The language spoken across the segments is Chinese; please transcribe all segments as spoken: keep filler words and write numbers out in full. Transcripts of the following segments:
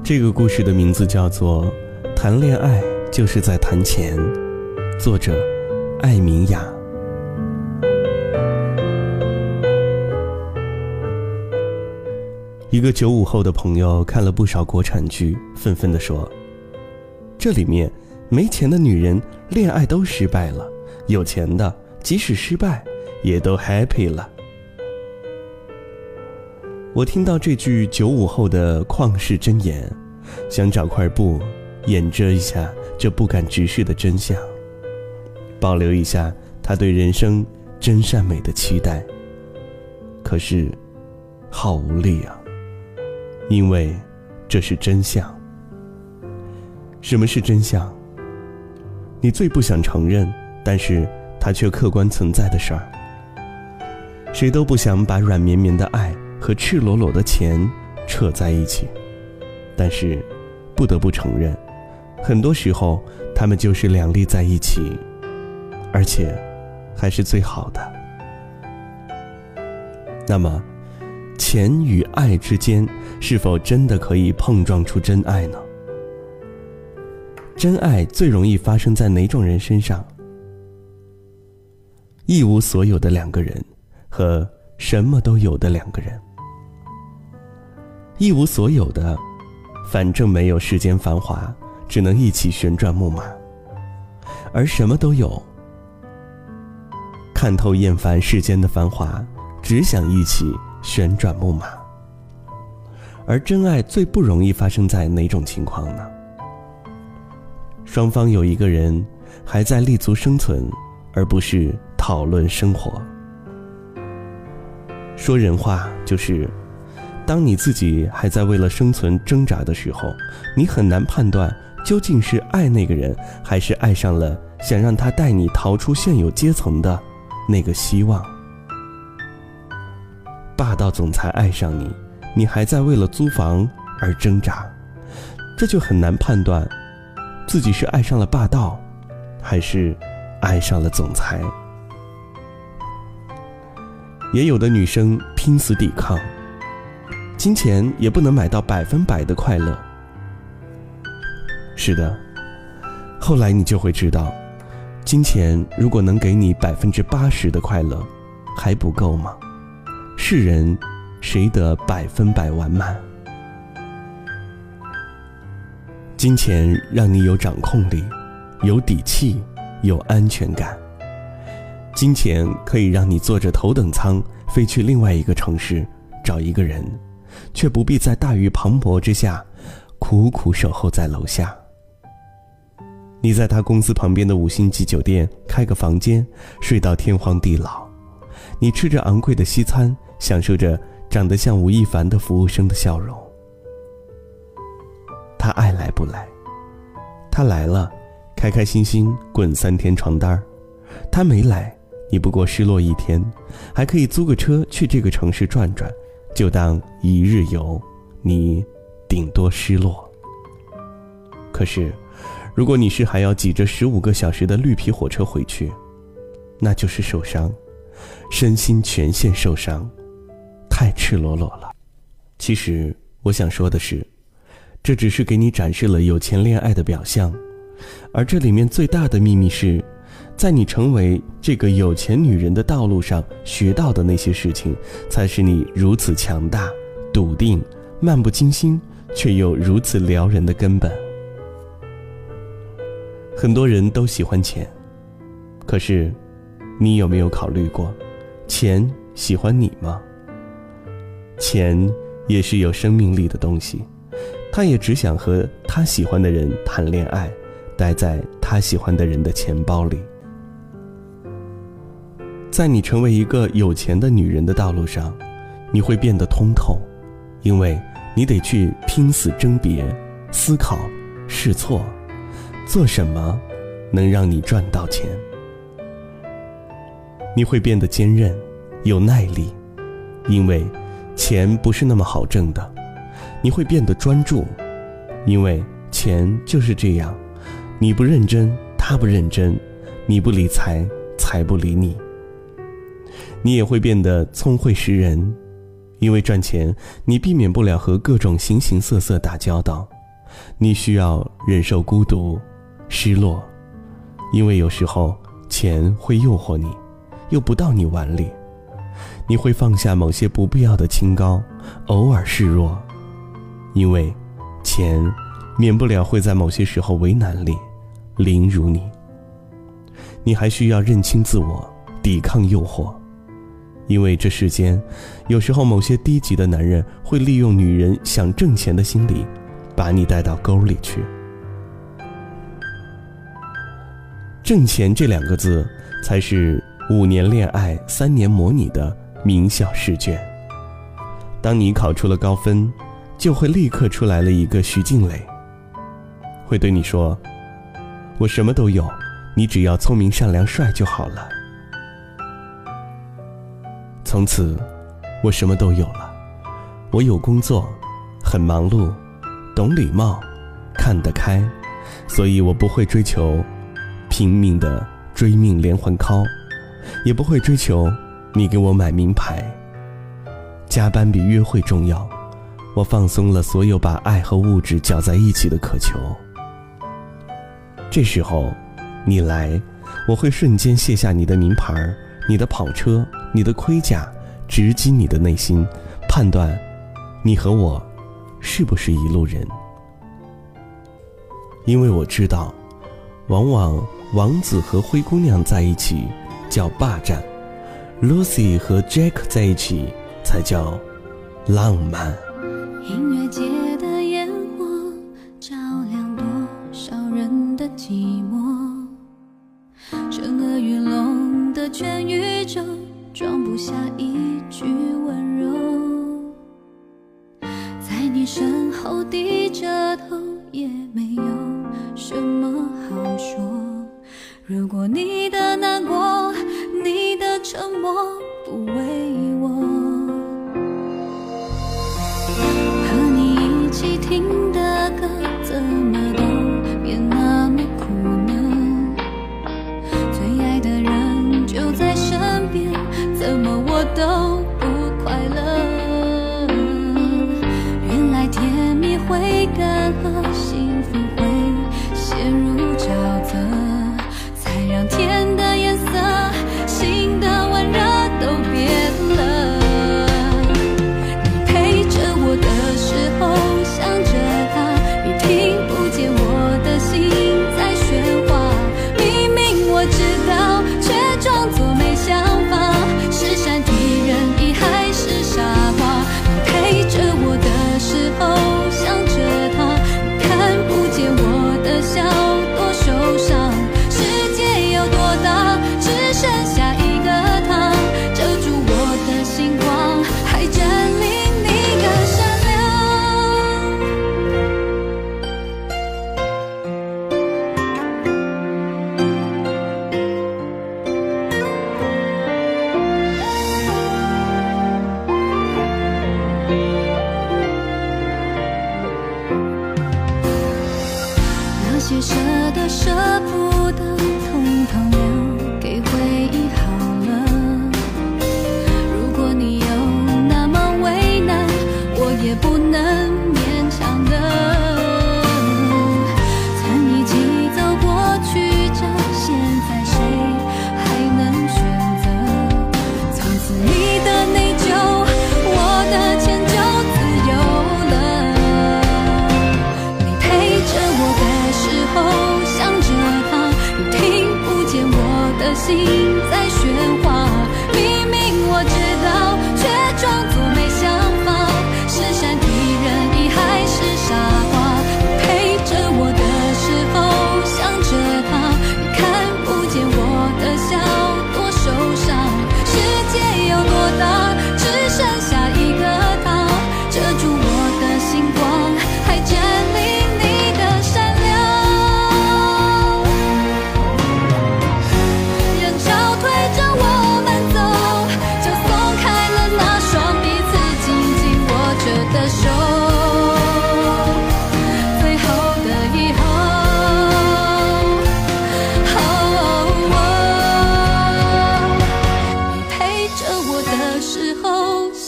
这个故事的名字叫做《谈恋爱就是在谈钱》，作者艾明雅。一个九五后的朋友看了不少国产剧，愤愤地说，这里面没钱的女人恋爱都失败了，有钱的即使失败也都 happy 了。我听到这句九五后的旷世箴言，想找块布掩遮一下这不敢直视的真相，保留一下他对人生真善美的期待。可是好无力啊，因为这是真相。什么是真相？你最不想承认，但是它却客观存在的事儿。谁都不想把软绵绵的爱和赤裸裸的钱扯在一起，但是不得不承认，很多时候他们就是两立在一起，而且还是最好的。那么钱与爱之间是否真的可以碰撞出真爱呢？真爱最容易发生在哪种人身上？一无所有的两个人和什么都有的两个人。一无所有的，反正没有世间繁华，只能一起旋转木马；而什么都有，看透厌烦世间的繁华，只想一起旋转木马。而真爱最不容易发生在哪种情况呢？双方有一个人还在立足生存，而不是讨论生活。说人话就是，当你自己还在为了生存挣扎的时候，你很难判断究竟是爱那个人，还是爱上了想让他带你逃出现有阶层的那个希望。霸道总裁爱上你，你还在为了租房而挣扎，这就很难判断自己是爱上了霸道，还是爱上了总裁。也有的女生拼死抵抗，金钱也不能买到百分百的快乐。是的，后来你就会知道，金钱如果能给你百分之八十的快乐，还不够吗？世人谁得百分百完满？金钱让你有掌控力，有底气，有安全感。金钱可以让你坐着头等舱飞去另外一个城市找一个人，却不必在大雨磅礴之下苦苦守候在楼下。你在他公司旁边的五星级酒店开个房间，睡到天荒地老。你吃着昂贵的西餐，享受着长得像吴亦凡的服务生的笑容。他爱来不来？他来了，开开心心滚三天床单；他没来，你不过失落一天，还可以租个车去这个城市转转，就当一日游，你顶多失落。可是如果你是还要挤着十五个小时的绿皮火车回去，那就是受伤，身心全线受伤，太赤裸裸了。其实我想说的是，这只是给你展示了有钱恋爱的表象，而这里面最大的秘密是，在你成为这个有钱女人的道路上学到的那些事情，才使你如此强大、笃定、漫不经心，却又如此撩人的根本。很多人都喜欢钱，可是你有没有考虑过，钱喜欢你吗？钱也是有生命力的东西，他也只想和他喜欢的人谈恋爱，待在他喜欢的人的钱包里。在你成为一个有钱的女人的道路上，你会变得通透，因为你得去拼死争别，思考试错，做什么能让你赚到钱。你会变得坚韧，有耐力，因为钱不是那么好挣的。你会变得专注，因为钱就是这样，你不认真，他不认真；你不理财，财不理你。你也会变得聪慧识人， 因为赚钱，你避免不了和各种形形色色打交道，你需要忍受孤独、失落，因为有时候钱会诱惑你，又不到你碗里，你会放下某些不必要的清高，偶尔示弱，因为钱免不了会在某些时候为难你，凌辱你。你还需要认清自我，抵抗诱惑，因为这世间有时候某些低级的男人会利用女人想挣钱的心理，把你带到沟里去。挣钱这两个字才是五年恋爱三年模拟的名校试卷。当你考出了高分，就会立刻出来了一个徐静蕾，会对你说，我什么都有，你只要聪明善良帅就好了。从此我什么都有了，我有工作，很忙碌，懂礼貌，看得开，所以我不会追求拼命的追命连环 call， 也不会追求你给我买名牌。加班比约会重要，我放松了所有把爱和物质搅在一起的渴求。这时候你来，我会瞬间卸下你的名牌，你的跑车，你的盔甲，直击你的内心，判断你和我是不是一路人。因为我知道，往往王子和灰姑娘在一起叫霸占， Lucy 和 Jack 在一起才叫浪漫。 音乐节的烟火照亮多少人的寂寞，生而鱼龙的全宇宙装不下一句温柔，在你身后低着头也没有什么好说。如果你的难过，你的沉默不为我，和你一起听的歌怎么都变那么苦呢？最爱的人就在身边，怎么我都不快乐？原来甜蜜会干涸，幸福会陷入沼泽，才让天的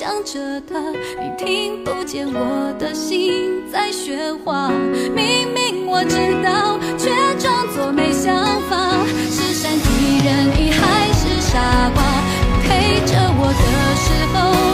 想着他，你听不见我的心在喧哗。明明我知道，却装作没想法。是善体人意还是傻瓜？陪着我的时候